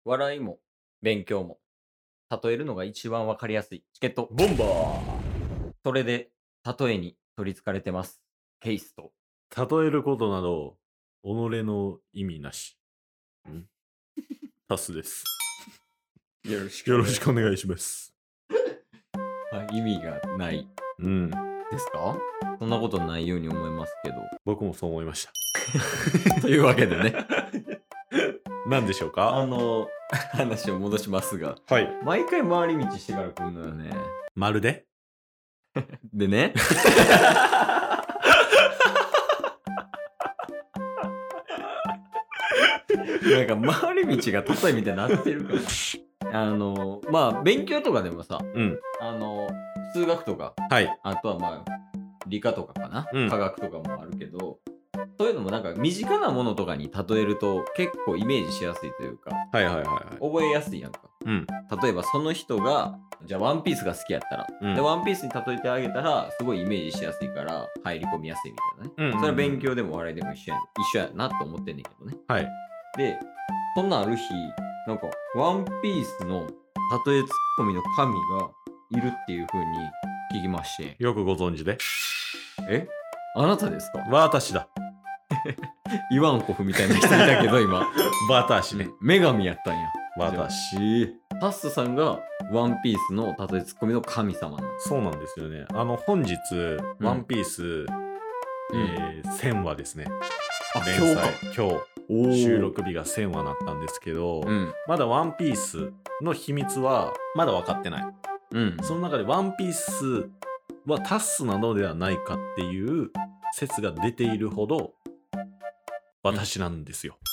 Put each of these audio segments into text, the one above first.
笑いも勉強も例えるのが一番わかりやすいチケット。 ボンバそれで例えに取り憑かれてます。ケイスと。 ー。例えることなど、己の意味なし。タスです。 よろしよろしくお願いします。 意味がないうん。 ですか？そんなことないように思いますけど。 僕もそう思いました。 というわけでね。 何でしょうか？ 話を戻しますが、 はい。 毎回回り道してから来るのよね。 まるででね。なんか回り道が例えみたいになってるから。まあ勉強とかでもさ、 うん。 数学とか、 はい。 あとはまあ理科とかかな、 うん科学とかもあるけど、そういうのもなんか身近なものとかに例えると結構イメージしやすいというか、 はいはいはいはい。 覚えやすいやんか。 うん。 例えばその人がじゃあワンピースが好きやったら、 うんでワンピースに例えてあげたらすごいイメージしやすいから入り込みやすいみたいなね、 うんうんうんそれは勉強でも笑いでも一緒やなと思ってんねんけどね。 はい。 でそんなある日なんかワンピースの例えツッコミの神がいるっていう風に聞きまして、 よくご存知で。 えあなたですか？ 私だ。 イワンコフみたいな人いたけど今私ね。 女神やったんや。 私。 タッスさんがワンピースの例えツッコミの神様なんです。 そうなんですよね。本日、ワンピース、1000話ですね。連載。今日、収録日が1000話なったんですけど、まだワンピースの秘密はまだ分かってない。その中でワンピースはタッスなのではないかっていう説が出ているほど私なんですよ。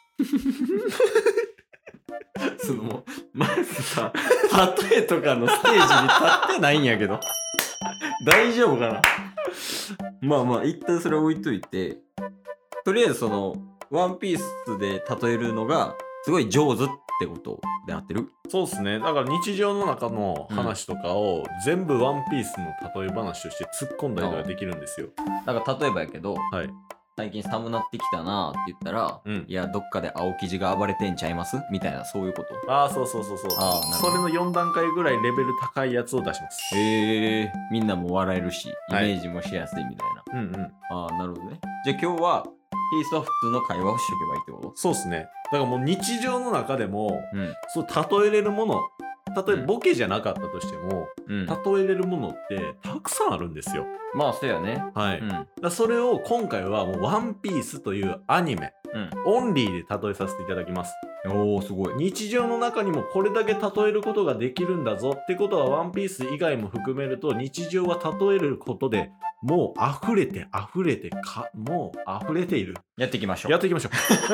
そのもうまずさ、例えとかのステージに立ってないんやけど大丈夫かな。まあまあ一旦それ置いといて、とりあえずそのワンピースで例えるのがすごい上手ってことで合ってる？ そうですね。だから日常の中の話とかを全部ワンピースの例え話として突っ込んだりとかできるんですよ。 なんか例えばやけど、 はい。 最近寒なってきたなって言ったら、いやどっかで青生地が暴れてんちゃいますみたいな、そういうこと。 ああ、そうそうそうそう。それの4段階ぐらいレベル高いやつを出します。 みんなも笑えるし、イメージもしやすいみたいな。ああ、なるほどね。じゃあ今日はピースは普通の会話をしとけばいいってこと？ そうですね。だからもう日常の中でも、そう例えれるもの、例えボケじゃなかったとしても、例えれるものってたくさんあるんですよ。 まあそうやね。 はい。だそれを今回はもうワンピースというアニメ、オンリーで例えさせていただきます。 おー、すごい。 日常の中にもこれだけ例えることができるんだぞってことは、ワンピース以外も含めると日常は例えることでもう溢れてもう溢れている。 やっていきましょう。 やっていきましょ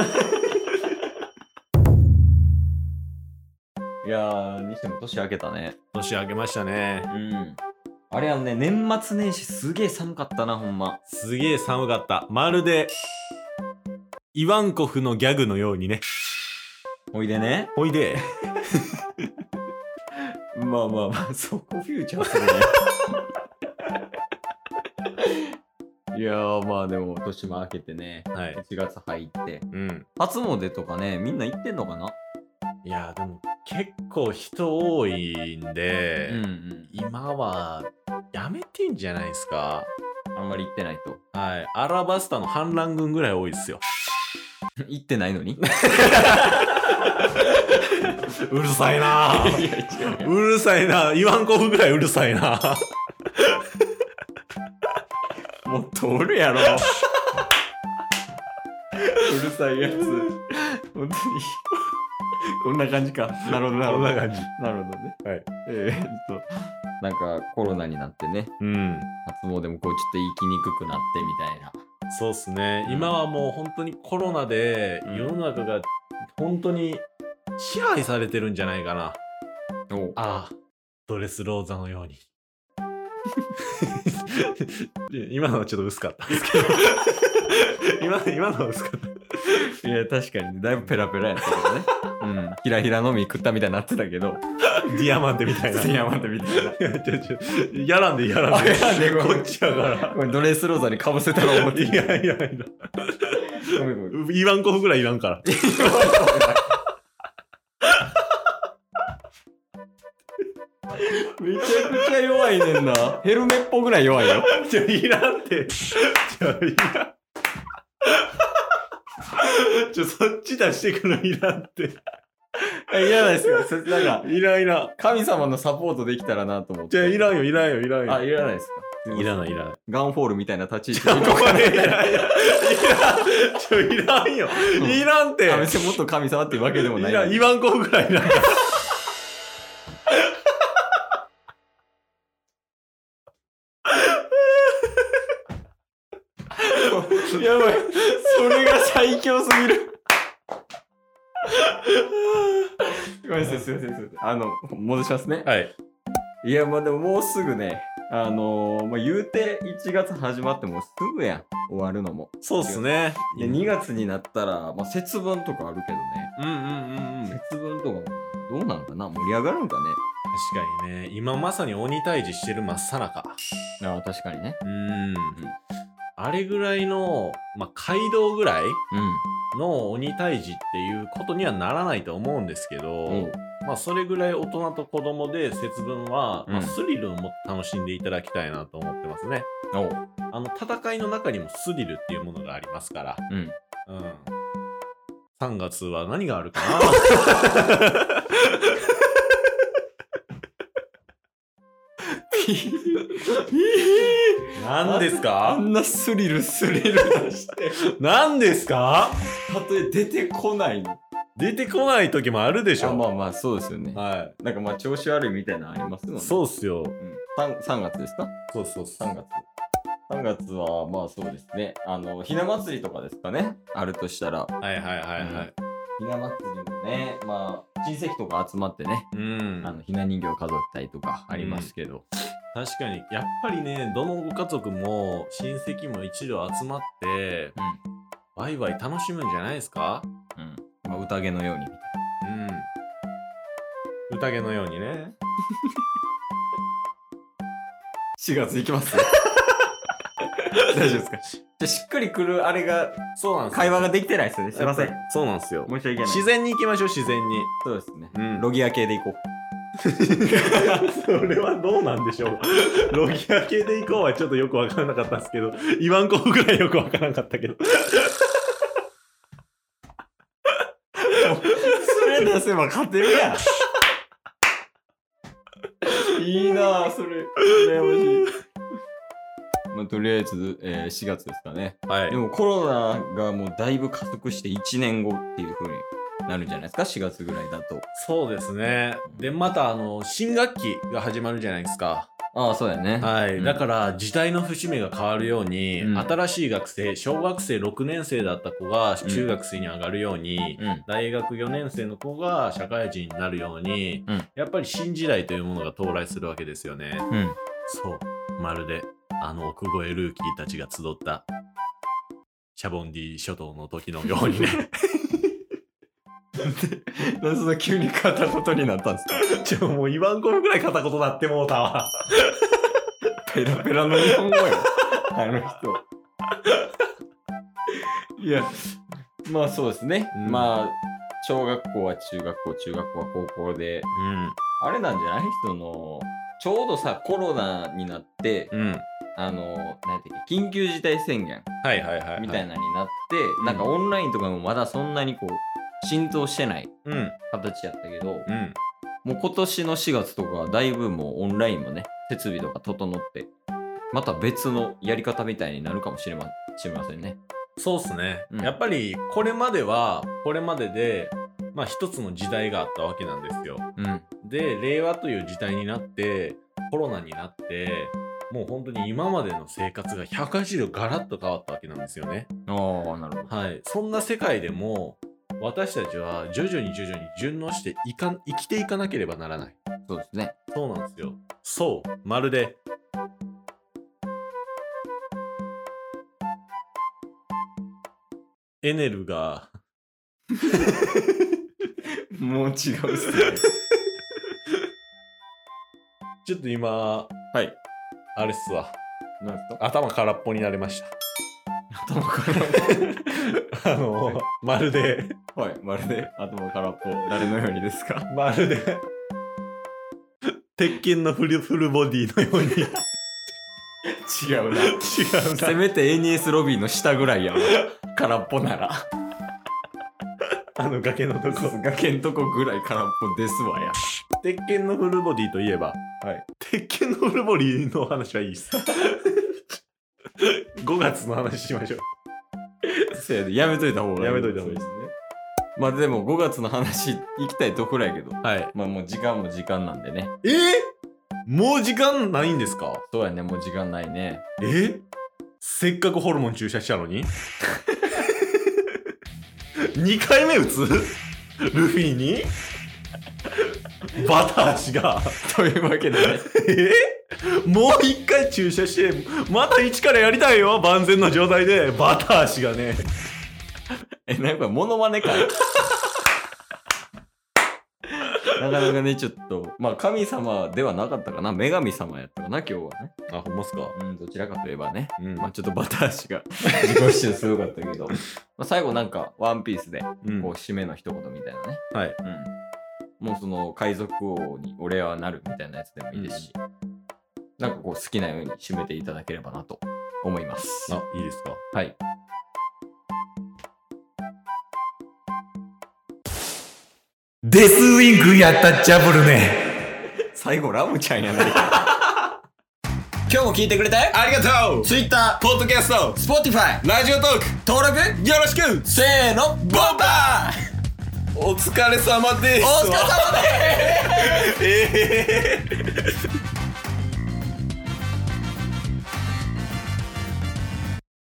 う。いやー、にしても年明けたね。 年明けましたね。 あれはね、年末年始すげえ寒かったな、ほんま。 すげえ寒かった。まるでイワンコフのギャグのようにね。 おいでね。 おいで。 まあまあまあ、そこフューチャーするね。いやー、まあでも年も明けてね、1月入って、初詣とかね、みんな行ってんのかな？ いやでも結構人多いんで、今はやめてんじゃないですか。 あんまり行ってないと。 はい。アラバスタの反乱軍ぐらい多いですよ。 行ってないのにうるさいなぁ。うるさいな。イワンコフぐらいうるさいな。 もっとおるやろ。うるさいやつ。本当に。こんな感じか。なるほどなるほど。 こんな感じ。 なるほどね。 はい。 なんかコロナになってね。初詣もこうちょっと行きにくくなってみたいな。 そうっすね。今はもう本当にコロナで世の中が本当に支配されてるんじゃないかな。ああ、ドレスローザのように。今のはちょっと薄かったんですけど。今のは薄かった。 いや、確かにだいぶペラペラやったけどね。ひらひらのみ食ったみたいになってたけど。 ディアマンテみたいな。 ディアマンテみたいな。 やらんで。こっちやから。 これドレスローザにかぶせたら思って。 いや。イワンコフぐらいいらんから。 めちゃくちゃ弱いねんな。ヘルメっぽぐらい弱いよ。 いらんって。いらん。そっち出してくのいらんって。 いらないですか？なんか、 いらん。 神様のサポートできたらなと思って。 いらんよ。 あ、いらないですか？ いらない。 ガンフォールみたいな立ち位置。 いらんよ。いらんって。 別にもっと神様っていうわけでもない。 イワンコぐらいな。 やばい。それが最強すぎる。ごめんなさい、すいません。戻しますね。 はい。 いや、まあでももうすぐね、まあ、言うて1月始まってもうすぐやん、終わるのも。 そうっすね。 で、2月になったら、まあ、節分とかあるけどね。 節分とかもどうなんかな、盛り上がるんかね。 確かにね、今まさに鬼退治してる真っ最中。 ああ、確かにね。 あれぐらいの、まあ、街道ぐらいの鬼退治っていうことにはならないと思うんですけど、まあ、それぐらい大人と子供で節分は、まあ、スリルをもっと楽しんでいただきたいなと思ってますね。戦いの中にもスリルっていうものがありますから。3月は何があるかな何ですか？ あんなスリル出して何ですか？ たとえ出てこないの。 出てこない時もあるでしょ。 まあそうですよね。 はい。 なんかまあ調子悪いみたいなのありますもんね。 そうっすよ。 3月ですか？ そう。 3月はまあそうですね。ひな祭りとかですかね。あるとしたら。 はい。 ひな祭りもね、まあ親戚とか集まってね。ひな人形飾ったりとかありますけど。 確かにやっぱりね、どのご家族も親戚も一度集まって、ワイワイ楽しむんじゃないですか？ まあ、宴のようにみたいな。宴のようにね。 4月いきます大丈夫ですか？じゃしっくりくるあれが、 そうなんです、 会話ができてないですよね。すいません。 そうなんですよ。 申し訳ない。 自然に行きましょう、自然に。 そうですね。ロギア系で行こう。 それはどうなんでしょう。ロギア系で行こうはちょっとよくわからなかったんですけど、言わんこぐらいよくわからなかったけど。 それ出せば勝てるやん。いいなぁ、それ。羨ましい。まあ、とりあえず、4月ですかね。 はい。 でもコロナがもうだいぶ加速して1年後っていう風になるんじゃないですか、4月ぐらいだと。 そうですね。で、また新学期が始まるじゃないですか。 ああ、そうだよね。 はい。だから時代の節目が変わるように、新しい学生、小学生6年生だった子が中学生に上がるように、大学4年生の子が社会人になるように、やっぱり新時代というものが到来するわけですよね。そう。まるで奥越えルーキーたちが集ったシャボンディ諸島の時のようにね。 なんでそんな急に片言になったんですか？ もう言わんこぐらい片言なってもうたわ。 ペラペラの日本語よ、あの人。いや、まあそうですね。まあ、小学校は中学校、中学校は高校で、あれなんじゃない？ちょうどさ、コロナになって、何やったっけ、緊急事態宣言みたいなになって、なんかオンラインとかもまだそんなにこう、浸透してない形やったけど、もう今年の4月とかはだいぶもうオンラインもね、設備とか整って、また別のやり方みたいになるかもしれませんね。 そうっすね。やっぱりこれまでは、これまでで、まあ一つの時代があったわけなんですよ。で、令和という時代になって、コロナになって、もう本当に今までの生活が180度ガラッと変わったわけなんですよね。 ああ、なるほど。 はい。そんな世界でも、私たちは徐々に順応して生きていかなければならない。 そうですね。 そうなんですよ。そう。まるで、エネルが、 もう違うっすね。 ちょっと今、 はい。 あれっすわ。 何ですか？ 頭空っぽになりました。 頭空っぽまるで。 はい、まるで頭空っぽ。誰のようにですか？ まるで。 鉄拳のフルボディのように。 違うな。せめて NES ロビーの下ぐらいやわ。空っぽなら。 崖のとこ。 崖のとこぐらい空っぽですわや。 鉄拳のフルボディといえば、 はい。 鉄拳のフルボディの話はいいっす。5月の話しましょう。 そうやで、やめといた方がいい。 やめといた方がいいですね。 まあでも5月の話行きたいところやけど。 はい。 まあもう時間も時間なんでね。 もう時間ないんですか？ そうやね、もう時間ないね。 せっかくホルモン注射したのに2回目打つ？ルフィにバタ足がというわけでね。 もう1回注射してまた一からやりたいよ。万全の状態でバタ足がね。 なんかモノマネかい。なかなかね、ちょっと、まあ神様ではなかったかな。女神様やったかな、今日はね。 あ、ほんますか。 どちらかといえばね。まあうちょっとバタ足が自己主張すごかったけど。まあ最後なんか、ワンピースで、こう、締めの一言みたいなね。 はい。 もうその、海賊王に俺はなるみたいなやつでもいいですし、なんかこう、好きなように締めていただければなと思います。 あ、いいですか。 はい。 デスウィングやったジャブルね。 最後ラムちゃんやないか。今日も聞いてくれてありがとう。 Twitter、 ポッドキャスト、 Spotify、 ラジオトーク登録よろしく。 せーの、ボンバー。お疲れ様です。 お疲れ様です。